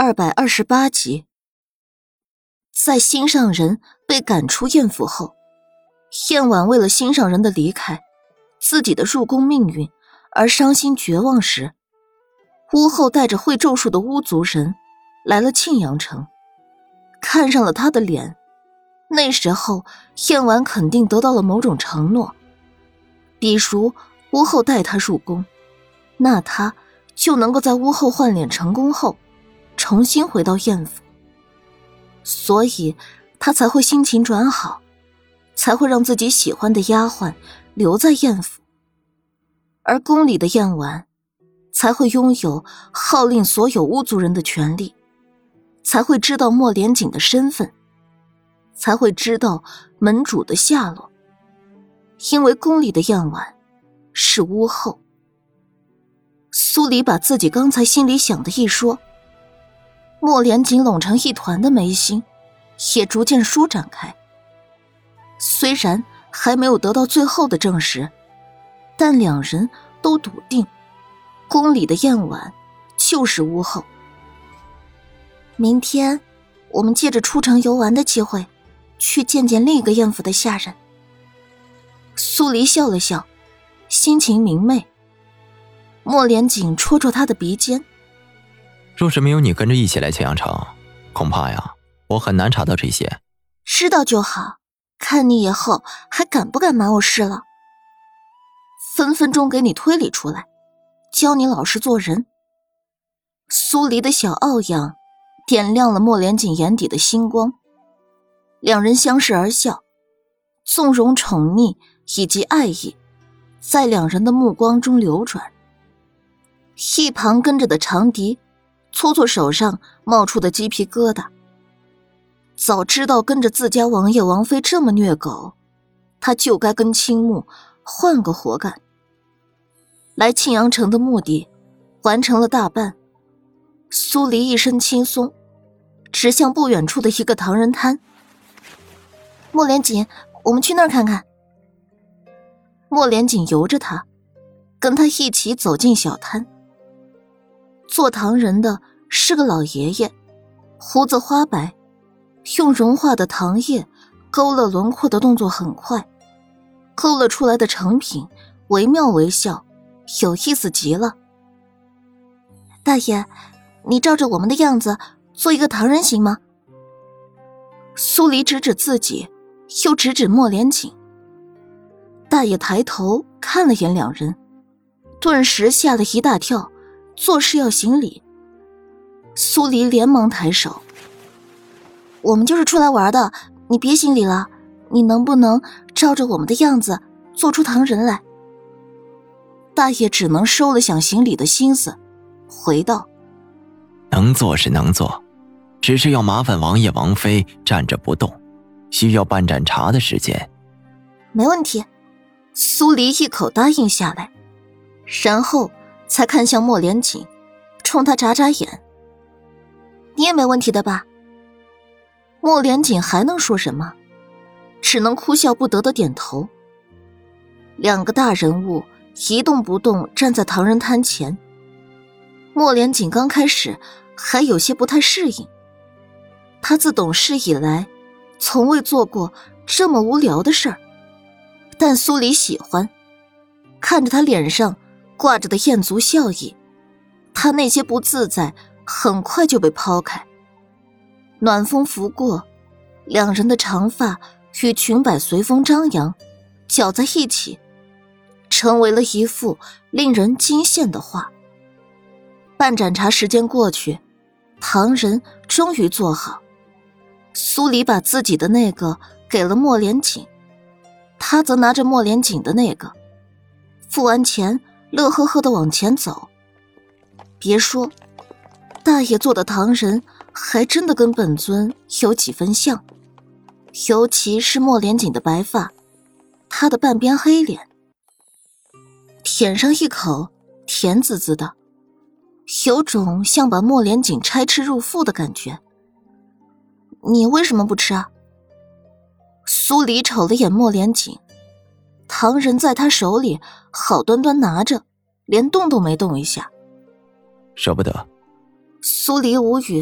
228集。在心上人被赶出燕府后，燕婉为了心上人的离开，自己的入宫命运而伤心绝望时，巫后带着会咒术的巫族人来了庆阳城，看上了他的脸。那时候燕婉肯定得到了某种承诺，比如巫后带他入宫，那他就能够在巫后换脸成功后重新回到燕府，所以他才会心情转好，才会让自己喜欢的丫鬟留在燕府，而宫里的燕婉才会拥有号令所有巫族人的权利，才会知道莫连锦的身份，才会知道门主的下落，因为宫里的燕婉是巫后。苏黎把自己刚才心里想的一说，莫连锦拢成一团的眉心也逐渐舒展开。虽然还没有得到最后的证实，但两人都笃定宫里的燕婉就是巫后。明天我们借着出城游玩的机会去见见另一个燕府的下人。苏黎笑了笑，心情明媚。莫连锦戳戳他的鼻尖， 若是没有你跟着一起来庆阳城，恐怕呀我很难查到这些。 知道就好，看你以后还敢不敢瞒我事了。分分钟给你推理出来，教你老实做人。苏黎的小傲样点亮了莫连锦眼底的星光，两人相视而笑，纵容宠溺以及爱意在两人的目光中流转。一旁跟着的长笛搓搓手上冒出的鸡皮疙瘩，早知道跟着自家王爷王妃这么虐狗，他就该跟青木换个活干。来庆阳城的目的完成了大半，苏黎一身轻松，指向不远处的一个唐人摊。莫连锦，我们去那儿看看。莫连锦由着他，跟他一起走进小摊。做唐人的是个老爷爷，胡子花白，用融化的糖液勾勒轮廓的动作很快，勾勒出来的成品惟妙惟肖，有意思极了。大爷，你照着我们的样子做一个唐人行吗？苏黎指指自己，又指指莫连锦。大爷抬头看了眼两人，顿时吓了一大跳，做事要行礼。苏黎连忙抬手，我们就是出来玩的，你别行礼了，你能不能照着我们的样子做出唐人来？大爷只能收了想行礼的心思，回道： 能做是能做，只是要麻烦王爷王妃站着不动，需要半盏茶的时间。 没问题。苏黎一口答应下来，然后才看向莫连锦，冲他眨眨眼。你也没问题的吧？莫连锦还能说什么，只能哭笑不得的点头。两个大人物一动不动站在唐人摊前。莫连锦刚开始还有些不太适应，他自懂事以来从未做过这么无聊的事儿，但苏黎喜欢，看着他脸上挂着的艳足笑意，他那些不自在很快就被抛开。暖风拂过，两人的长发与裙摆随风张扬，搅在一起，成为了一幅令人惊羡的画。半盏茶时间过去，唐人终于做好。苏黎把自己的那个给了莫连锦，他则拿着莫连锦的那个，付完钱乐呵呵地往前走。别说，大爷做的唐人还真的跟本尊有几分像，尤其是莫连锦的白发，他的半边黑脸，舔上一口甜滋滋的，有种像把莫连锦拆吃入腹的感觉。你为什么不吃啊？苏黎瞅了眼莫连锦，唐人在他手里好端端拿着，连动都没动一下。 舍不得。 苏黎无语，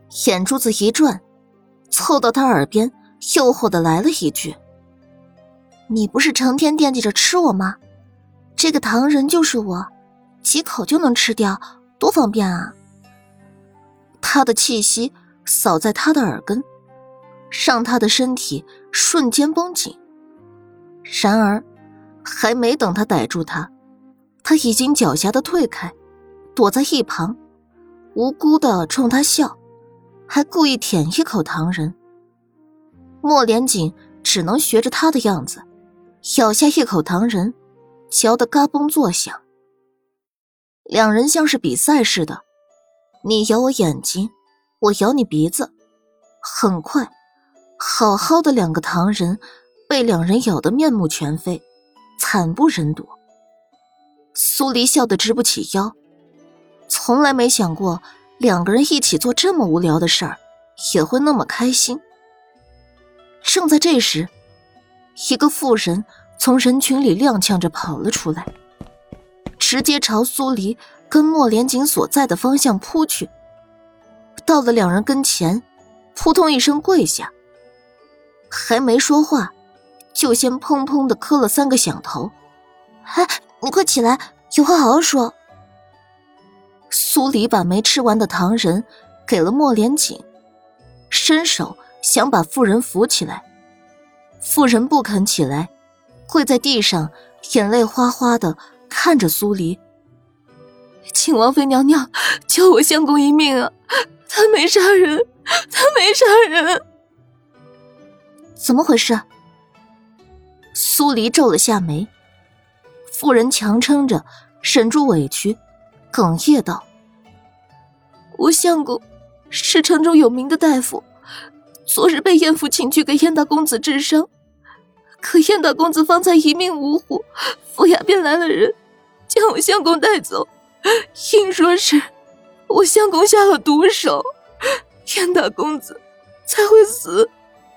眼珠子一转，凑到他耳边诱惑的来了一句：你不是成天惦记着吃我吗？这个糖人就是我，几口就能吃掉，多方便啊。他的气息扫在他的耳根，让他的身体瞬间绷紧。然而还没等他逮住他，他已经狡黠地退开，躲在一旁，无辜地冲他笑，还故意舔一口糖人。莫连锦只能学着他的样子，咬下一口糖人，嚼得嘎嘣作响。两人像是比赛似的，你咬我眼睛，我咬你鼻子。很快，好好的两个糖人被两人咬得面目全非，惨不忍睹。苏黎笑得直不起腰，从来没想过两个人一起做这么无聊的事儿也会那么开心。正在这时，一个妇人从人群里踉跄着跑了出来，直接朝苏黎跟莫连锦所在的方向扑去。到了两人跟前，扑通一声跪下，还没说话，就先砰砰地磕了3个响头。你快起来，有话好好说。苏黎把没吃完的糖人给了莫连锦，伸手想把妇人扶起来。妇人不肯起来，跪在地上，眼泪哗哗的看着苏黎。请王妃娘娘救我相公一命啊，他没杀人，他没杀人。怎么回事？苏黎皱了下眉。妇人强撑着忍住委屈，哽咽道：我相公是城中有名的大夫，昨日被燕府请去给燕大公子治伤，可燕大公子方才一命呜呼，府衙便来了人，将我相公带走，硬说是我相公下了毒手，燕大公子才会死。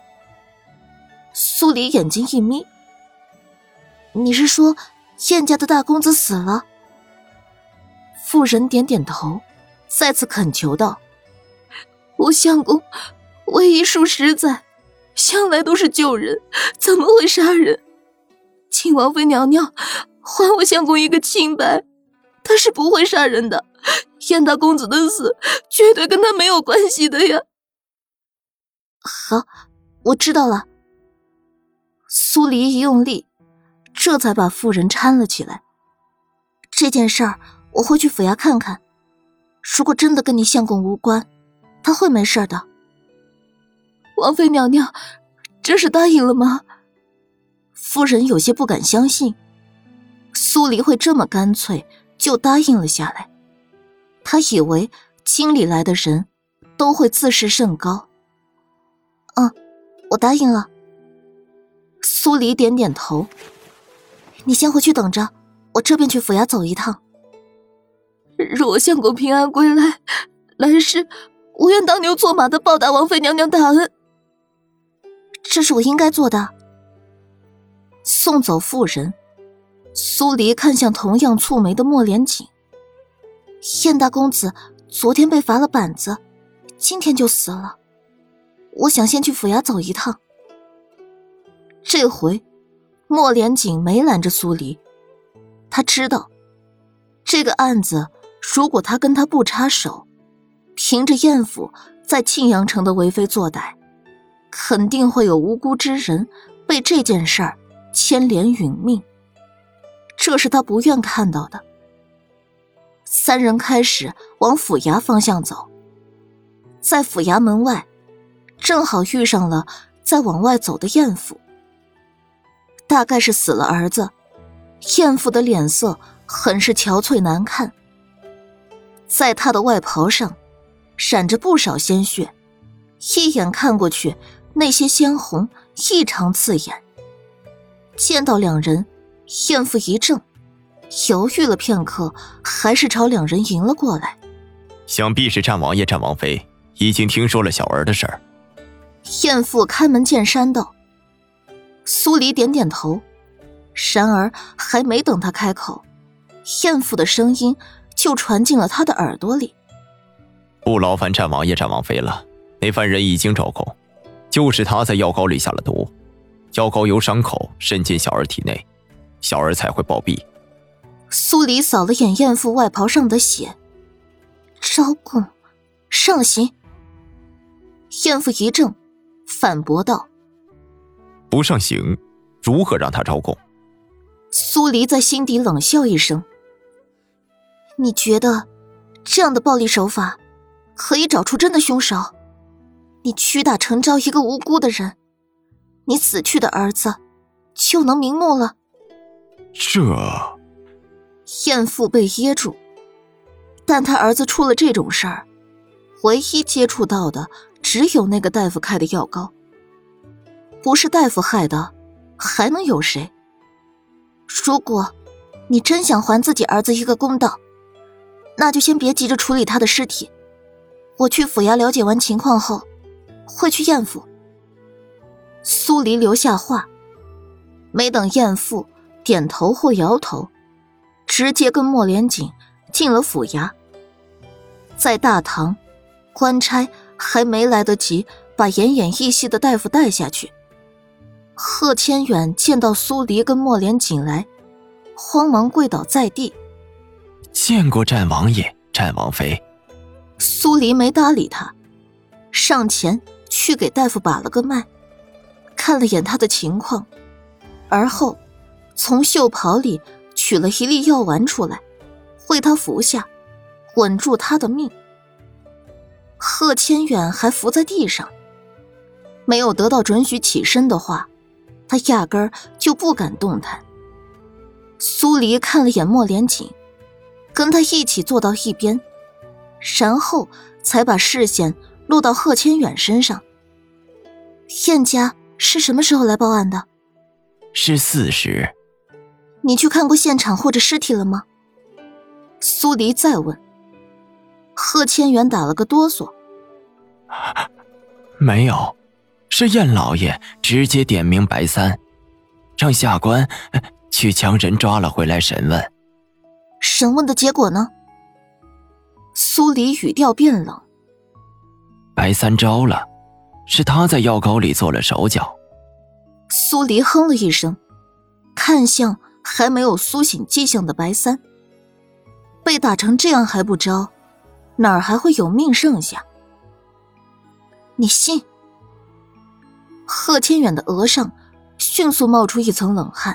苏黎眼睛一眯：你是说燕家的大公子死了？妇人点点头，再次恳求道：我相公为医术实在，向来都是救人，怎么会杀人？请王妃娘娘还我相公一个清白，他是不会杀人的，燕大公子的死绝对跟他没有关系的呀。好，我知道了。苏黎一用力，这才把妇人搀了起来。这件事儿我会去府衙看看，如果真的跟你相公无关，他会没事的。王妃娘娘这是答应了吗？夫人有些不敢相信苏黎会这么干脆就答应了下来。她以为京里来的人都会自视甚高。我答应了。苏黎点点头。你先回去等着，我这边去府衙走一趟。若相公平安归来，来世我愿当牛做马的报答王妃娘娘大恩。这是我应该做的。送走妇人，苏黎看向同样蹙眉的莫连锦。燕大公子昨天被罚了板子，今天就死了，我想先去府衙走一趟。这回莫连锦没拦着苏黎，他知道这个案子如果他跟他不插手，凭着燕府在庆阳城的为非作歹，肯定会有无辜之人被这件事儿牵连殒命，这是他不愿看到的。三人开始往府衙方向走，在府衙门外正好遇上了在往外走的燕府。大概是死了儿子，燕妇的脸色很是憔悴难看，在她的外袍上闪着不少鲜血，一眼看过去，那些鲜红异常刺眼。见到两人，燕妇一怔，犹豫了片刻，还是朝两人迎了过来。 想必是战王爷战王妃已经听说了小儿的事儿。 燕妇开门见山道。苏黎点点头，然而还没等他开口，燕妇的声音就传进了他的耳朵里。 不劳烦战王爷战王妃了， 那犯人已经招供，就是他在药膏里下了毒，药膏由伤口渗进小儿体内，小儿才会暴毙。 苏黎扫了眼艳妇外袍上的血，招供，上刑。艳妇一怔，反驳道： 不上刑，如何让他招供？ 苏黎在心底冷笑一声：你觉得这样的暴力手法可以找出真的凶手？你屈打成招一个无辜的人，你死去的儿子就能瞑目了？ 这…… 艳妇被噎住，但他儿子出了这种事儿，唯一接触到的只有那个大夫开的药膏，不是大夫害的，还能有谁？如果你真想还自己儿子一个公道，那就先别急着处理他的尸体，我去府衙了解完情况后会去艳府。苏黎留下话，没等艳妇点头或摇头，直接跟莫连锦进了府衙。在大堂，官差还没来得及把奄奄一息的大夫带下去，贺千远见到苏黎跟莫连锦来，慌忙跪倒在地： 见过战王爷、战王妃。 苏黎没搭理他，上前去给大夫把了个脉，看了眼他的情况，而后从袖袍里取了一粒药丸出来，为他服下，稳住他的命。贺千远还伏在地上，没有得到准许起身的话，他压根儿就不敢动弹。苏黎看了眼莫连锦，跟他一起坐到一边，然后才把视线落到贺千远身上。燕家是什么时候来报案的？ 是4时。 你去看过现场或者尸体了吗？苏黎再问。贺千远打了个哆嗦。 没有，是燕老爷直接点名白三，让下官去将人抓了回来审问。 审问的结果呢？苏黎语调变冷。 白三招了，是他在药膏里做了手脚。 苏黎哼了一声，看向还没有苏醒迹象的白三。被打成这样还不招，哪儿还会有命剩下？你信？贺千远的额上迅速冒出一层冷汗。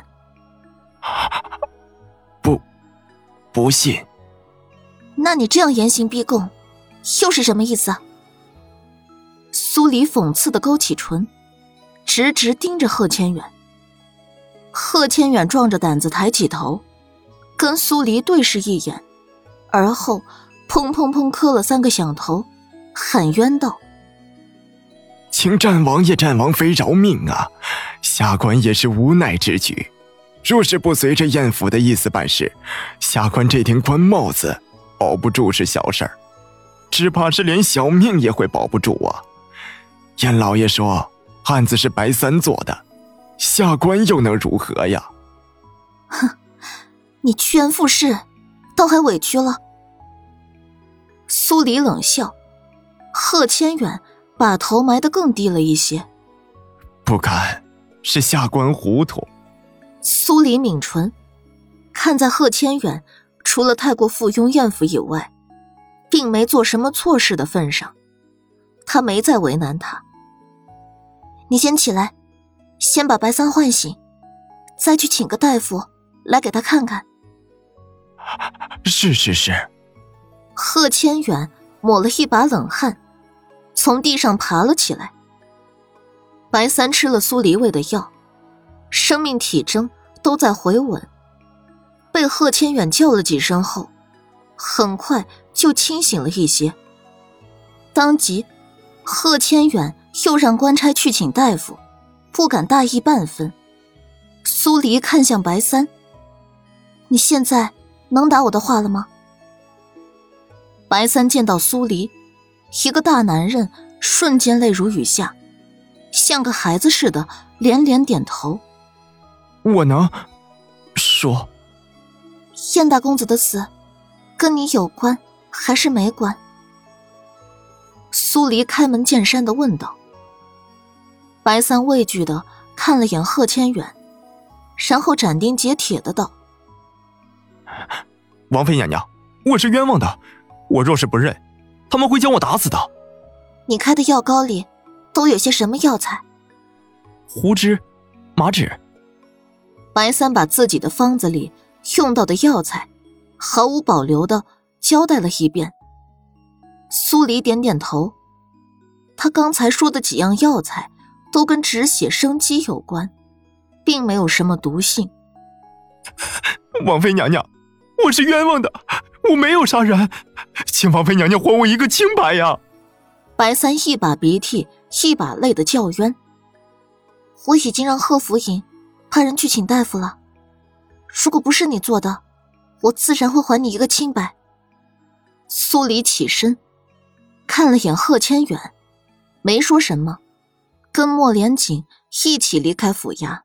不信。 那你这样严刑逼供，又是什么意思啊？苏黎讽刺地勾起唇，直直盯着贺千远。贺千远壮着胆子抬起头，跟苏黎对视一眼，而后砰砰砰磕了3个响头，喊冤道： 请战王爷、战王妃饶命啊！下官也是无奈之举，若是不随着燕府的意思办事，下官这顶官帽子保不住是小事儿，只怕是连小命也会保不住啊！燕老爷说案子是白三做的，下官又能如何呀？ 哼，你趋炎附势，倒还委屈了。苏黎冷笑，贺千远把头埋得更低了一些。 不敢，是下官糊涂。 苏黎抿唇，看在贺千远除了太过附庸燕府以外，并没做什么错事的份上，他没再为难他。你先起来，先把白三唤醒，再去请个大夫来给他看看。 是。 贺千远抹了一把冷汗，从地上爬了起来。白三吃了苏黎喂的药，生命体征都在回稳，被贺千远叫了几声后，很快就清醒了一些。当即贺千远又让官差去请大夫，不敢大意半分。苏黎看向白三：你现在能答我的话了吗？白三见到苏黎，一个大男人瞬间泪如雨下，像个孩子似的连连点头。 我能说， 燕大公子的死跟你有关还是没关？ 苏黎开门见山地问道。白三畏惧地看了眼贺千远，然后斩钉截铁地道： 王妃娘娘，我是冤枉的，我若是不认，他们会将我打死的。 你开的药膏里都有些什么药材？ 胡枝、麻脂。 白三把自己的方子里用到的药材毫无保留地交代了一遍。苏黎点点头，他刚才说的几样药材都跟止血生肌有关，并没有什么毒性。 王妃娘娘，我是冤枉的，我没有杀人，请王妃娘娘还我一个清白呀！ 白三一把鼻涕一把泪的叫冤。我已经让贺福尹派人去请大夫了，如果不是你做的，我自然会还你一个清白。苏黎起身看了眼贺千远，没说什么，跟莫连锦一起离开府衙。